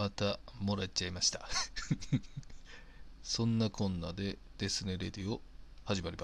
またもらっちゃいましたそんなこんなでですねレディオ始まります。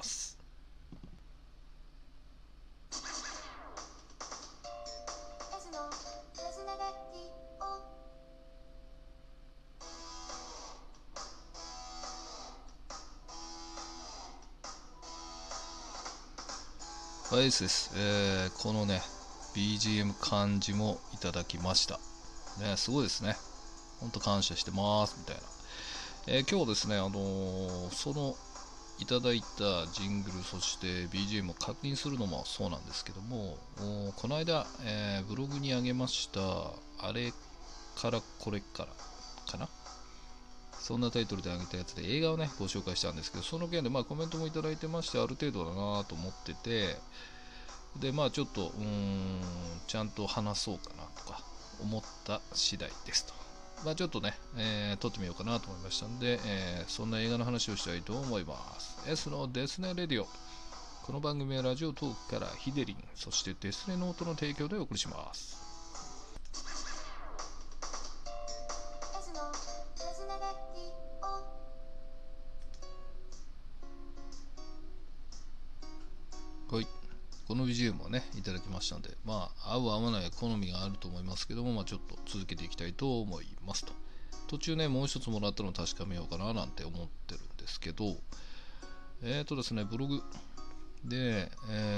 はいです。このね BGM 漢字もいただきましたね。すごいですね。ほんと感謝してますみたいな。今日ですね、そのいただいたジングル、そして BGM を確認するのもそうなんですけども、この間、ブログにあげましたあれからこれからかな、そんなタイトルであげたやつで映画をねご紹介したんですけど、その件でコメントもいただいてまして、ある程度だなと思ってて、でちょっとちゃんと話そうかなとか思った次第ですと。ちょっとね、撮ってみようかなと思いましたんで、そんな映画の話をしたいと思います。 S のですねレディオ。この番組はラジオトークからヒデリン、そしてデスネノートの提供でお送りします。はい、この BGM をねいただきましたので、合う合わない好みがあると思いますけども、ちょっと続けていきたいと思いますと。途中ねもう一つもらったのを確かめようかななんて思ってるんですけど、ですねブログで、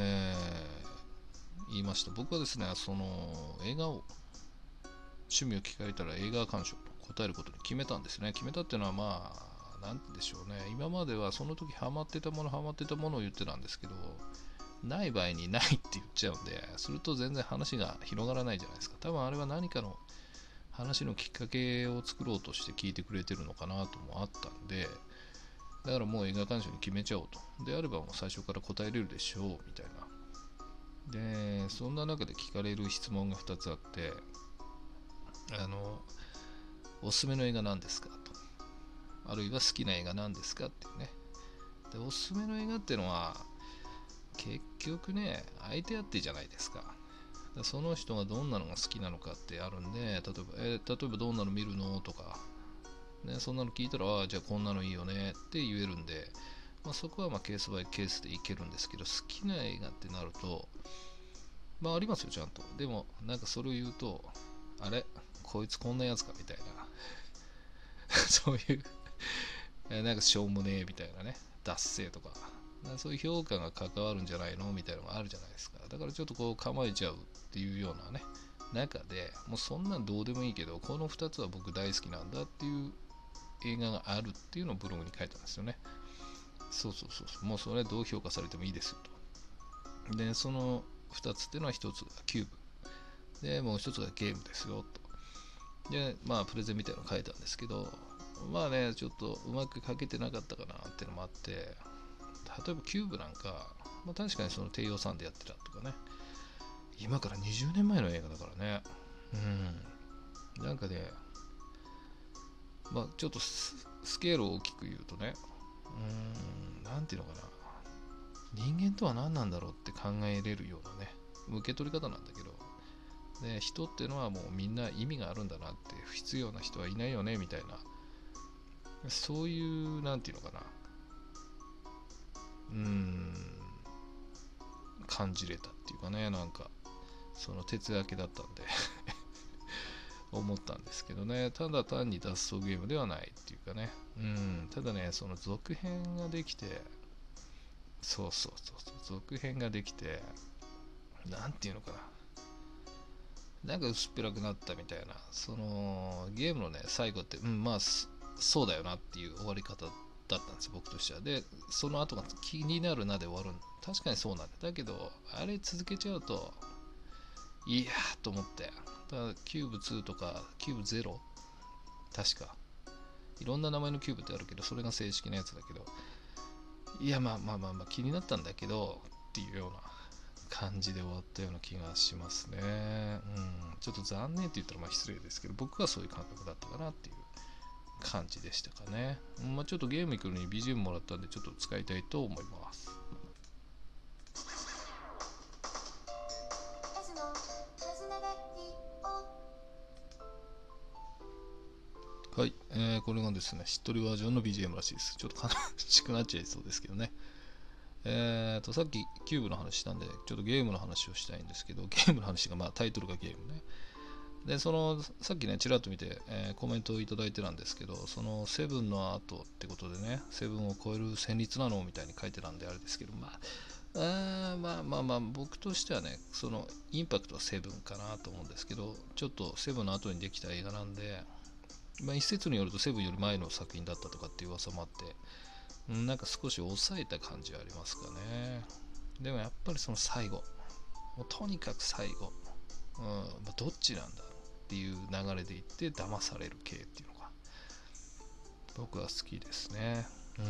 言いました。僕はですねその映画を趣味を聞かれたら映画鑑賞と答えることに決めたんですね。決めたっていうのはなんでしょうね、今まではその時ハマってたものを言ってたんですけど、ない場合にないって言っちゃうんで、すると全然話が広がらないじゃないですか。多分あれは何かの話のきっかけを作ろうとして聞いてくれてるのかなともあったんで、だからもう映画鑑賞に決めちゃおうと。であればもう最初から答えれるでしょうみたいな。でそんな中で聞かれる質問が2つあって、おすすめの映画なんですかと、あるいは好きな映画なんですかっていうね。でおすすめの映画っていうのは結局ね相手あってじゃないですか。その人がどんなのが好きなのかってあるんで、例えばどんなの見るのとか、ね、そんなの聞いたらじゃあこんなのいいよねって言えるんで、そこはケースバイケースでいけるんですけど、好きな映画ってなるとありますよちゃんと。でもなんかそれを言うと、あれこいつこんなやつかみたいなそういうなんかしょうもねえみたいなね、脱線とか、そういう評価が関わるんじゃないのみたいなのがあるじゃないですか。だからちょっとこう構えちゃうっていうようなね中で、もうそんなんどうでもいいけどこの2つは僕大好きなんだっていう映画があるっていうのをブログに書いたんですよね。そう、もうそれはどう評価されてもいいですよと。でその2つっていうのは、1つがキューブで、もう1つがゲームですよと。でプレゼンみたいなの書いたんですけど、ちょっとうまく書けてなかったかなっていうのもあって、例えばキューブなんか、確かにその低予算でやってたとかね、今から20年前の映画だからね。なんかね、ちょっとスケールを大きく言うとね、なんていうのかな、人間とは何なんだろうって考えれるようなね受け取り方なんだけど、で人っていうのはもうみんな意味があるんだなって、不必要な人はいないよねみたいな、そういうなんていうのかな、感じれたっていうかね、なんかその哲学だったんで思ったんですけどね。ただ単に脱走ゲームではないっていうかね、ただねその続編ができて、続編ができて、なんていうのかな、なんか薄っぺらくなったみたいな、そのゲームのね最後って、そうだよなっていう終わり方だったんです僕としては。でその後が気になるなで終わる。確かにそうなんだけど、あれ続けちゃうといやーと思って。だからキューブ2とかキューブ0、確かいろんな名前のキューブってあるけど、それが正式なやつだけど、いや気になったんだけどっていうような感じで終わったような気がしますね。ちょっと残念って言ったら失礼ですけど、僕はそういう感覚だったかなっていう感じでしたかね。ちょっとゲーム行くのに BGM もらったんで、ちょっと使いたいと思います。 はい、これがですね、しっとりバージョンの BGM らしいです。ちょっと悲しくなっちゃいそうですけどね。さっきキューブの話したんで、ちょっとゲームの話をしたいんですけど、ゲームの話が、タイトルがゲームね。で、さっきね、ちらっと見て、コメントをいただいてたんですけど、そのセブンの後ってことでね、セブンを超える旋律なのみたいに書いてたんであれですけど、僕としてはね、そのインパクトはセブンかなと思うんですけど、ちょっとセブンの後にできた映画なんで、一説によるとセブンより前の作品だったとかっていう噂もあって、なんか少し抑えた感じはありますかね。でもやっぱりその最後、もうとにかく最後、どっちなんだっていう流れでいって騙される系っていうのが僕は好きですね。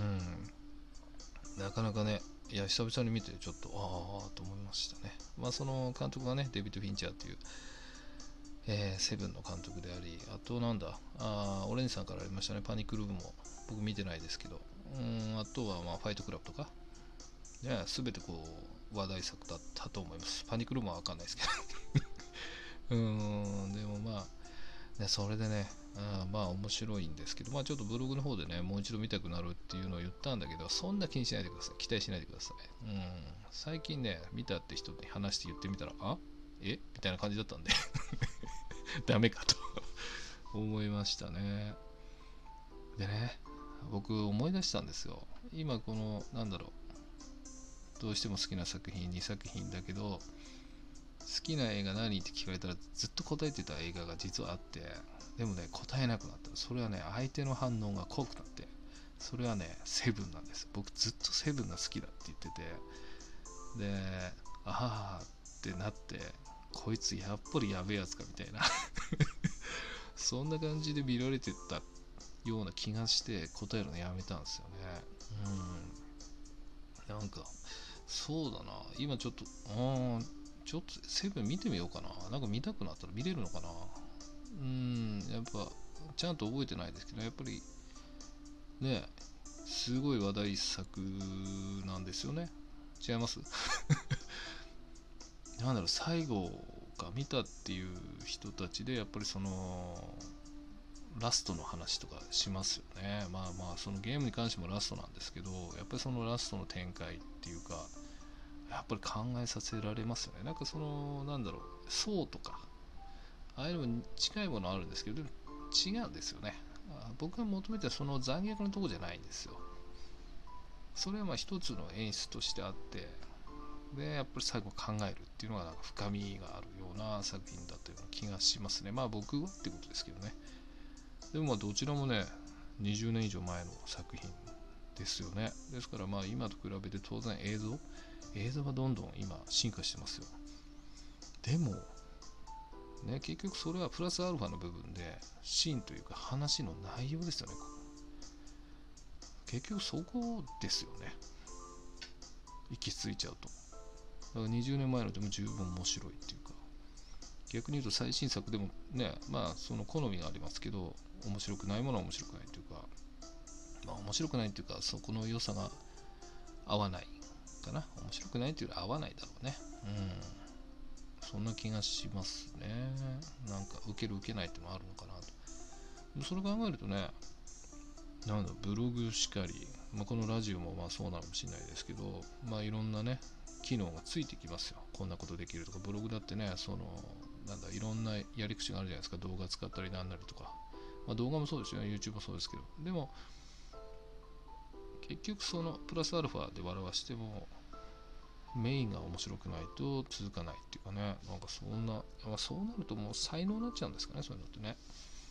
なかなかね、いや久々に見てちょっとと思いましたね。その監督がね、デビッド・フィンチャーっていう、セブンの監督であり、あとなんだ、オレンジさんからありましたね、パニックルームも僕見てないですけど、あとはファイトクラブとか、ね、全てこう話題作だったと思います。パニックルームは分かんないですけどでもね、それでね、面白いんですけど、ちょっとブログの方でね、もう一度見たくなるっていうのを言ったんだけど、そんな気にしないでください。期待しないでください。最近ね、見たって人に話して言ってみたら、みたいな感じだったんでダメかと思いましたね。でね、僕思い出したんですよ。今この、どうしても好きな作品2作品だけど、好きな映画何って聞かれたらずっと答えてた映画が実はあって、でもね、答えなくなった。それはね、相手の反応が濃くなって、それはね、セブンなんです。僕ずっとセブンが好きだって言ってて、で、ってなって、こいつやっぱりやべえやつかみたいなそんな感じで見られてたような気がして答えるのやめたんですよね。なんかそうだな、今ちょっとセブン見てみようかな。なんか見たくなったら見れるのかな。やっぱちゃんと覚えてないですけど、やっぱりね、すごい話題作なんですよね。違います最後か見たっていう人たちでやっぱりそのラストの話とかしますよね。そのゲームに関してもラストなんですけど、やっぱりそのラストの展開っていうか、やっぱり考えさせられますよね。なんかその層とかああいうのも近いものあるんですけど、でも違うんですよね。僕が求めてはその残虐なとこじゃないんですよ。それは一つの演出としてあって、でやっぱり最後考えるっていうのがなんか深みがあるような作品だったような気がしますね。僕はってことですけどね。でもどちらもね、20年以上前の作品ですよね。ですから今と比べて当然映像がどんどん今進化してますよ。でもね、結局それはプラスアルファの部分でシーンというか話の内容ですよね。結局そこですよね。行き着いちゃうと。だから20年前のでも十分面白いっていうか、逆に言うと最新作でもね、その好みがありますけど、面白くないものは面白くないというか、面白くないというか、そこの良さが合わないかな。面白くないというより合わないだろうね。そんな気がしますね。なんか受ける受けないってのもあるのかなと。それ考えるとね、ブログしかり、このラジオもそうなのかもしれないですけど、いろんなね、機能がついてきますよ。こんなことできるとか、ブログだってね、いろんなやり口があるじゃないですか。動画使ったりなんなりとか。動画もそうですよね。YouTube もそうですけど。でも、結局そのプラスアルファで笑わしても、メインが面白くないと続かないっていうかね、なんかそうなるともう才能になっちゃうんですかね、そういうのってね。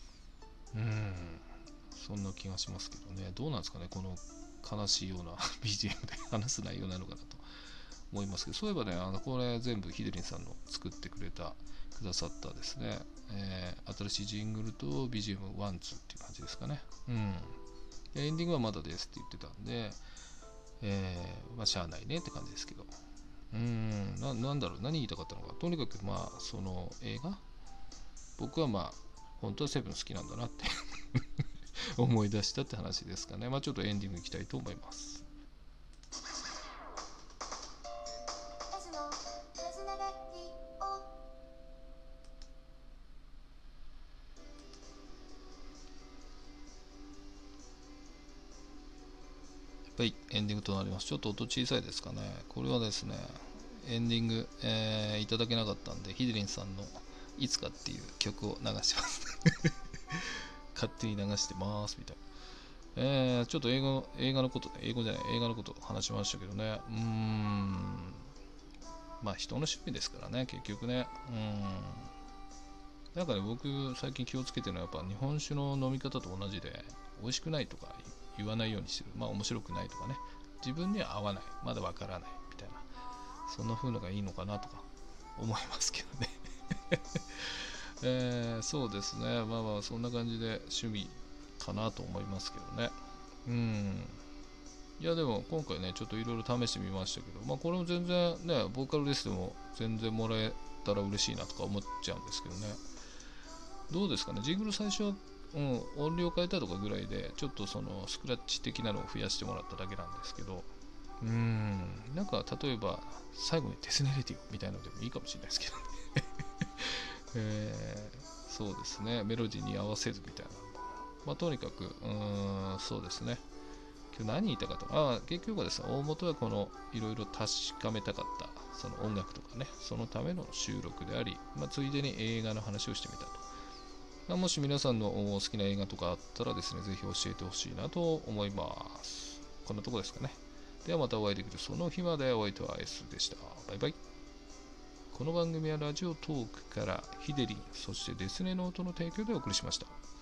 そんな気がしますけどね。どうなんですかね、この悲しいようなBGM で話す内容なのかなと思いますけど、そういえばね、これ全部ヒデリンさんの作ってくださったですね、新しいジングルと BGM1、2っていう感じですかね。エンディングはまだですって言ってたんで、しゃあないねって感じですけど。何言いたかったのか。とにかくその映画、僕は本当はセブン好きなんだなって思い出したって話ですかね。ちょっとエンディングいきたいと思います。 はい、エンディングとなります。ちょっと音小さいですかね。これはですね、エンディング、いただけなかったんで、ヒデリンさんのいつかっていう曲を流します。勝手に流してますみたいな。ちょっと英画のこと、映画のこと話しましたけどね。まあ人の趣味ですからね、結局ね。なんかね、僕最近気をつけてるのはやっぱ日本酒の飲み方と同じで、美味しくないとか言わないようにしてる。まあ面白くないとかね。自分には合わない。まだわからない。みたいな。そんな風のがいいのかなとか思いますけどね。そうですね。まあまあそんな感じで趣味かなと思いますけどね。いやでも今回ね、ちょっといろいろ試してみましたけど、まあこれも全然ね、ボーカルレッスンも全然もらえたら嬉しいなとか思っちゃうんですけどね。どうですかね、ジングル最初は、音量変えたとかぐらいで、ちょっとそのスクラッチ的なのを増やしてもらっただけなんですけど、なんか例えば最後にデスネレティブみたいなのでもいいかもしれないですけどね。そうですね、メロディーに合わせずみたいな。まあとにかく、そうですね。今日何言いたかと、結局はですね、大元はこのいろいろ確かめたかったその音楽とかね、そのための収録であり、ついでに映画の話をしてみたと。もし皆さんの好きな映画とかあったらですね、ぜひ教えてほしいなと思います。こんなとこですかね。ではまたお会いできるその日まで。お相手はアイスでした。バイバイ。この番組はラジオトークからヒデリン、そしてデスネノートの提供でお送りしました。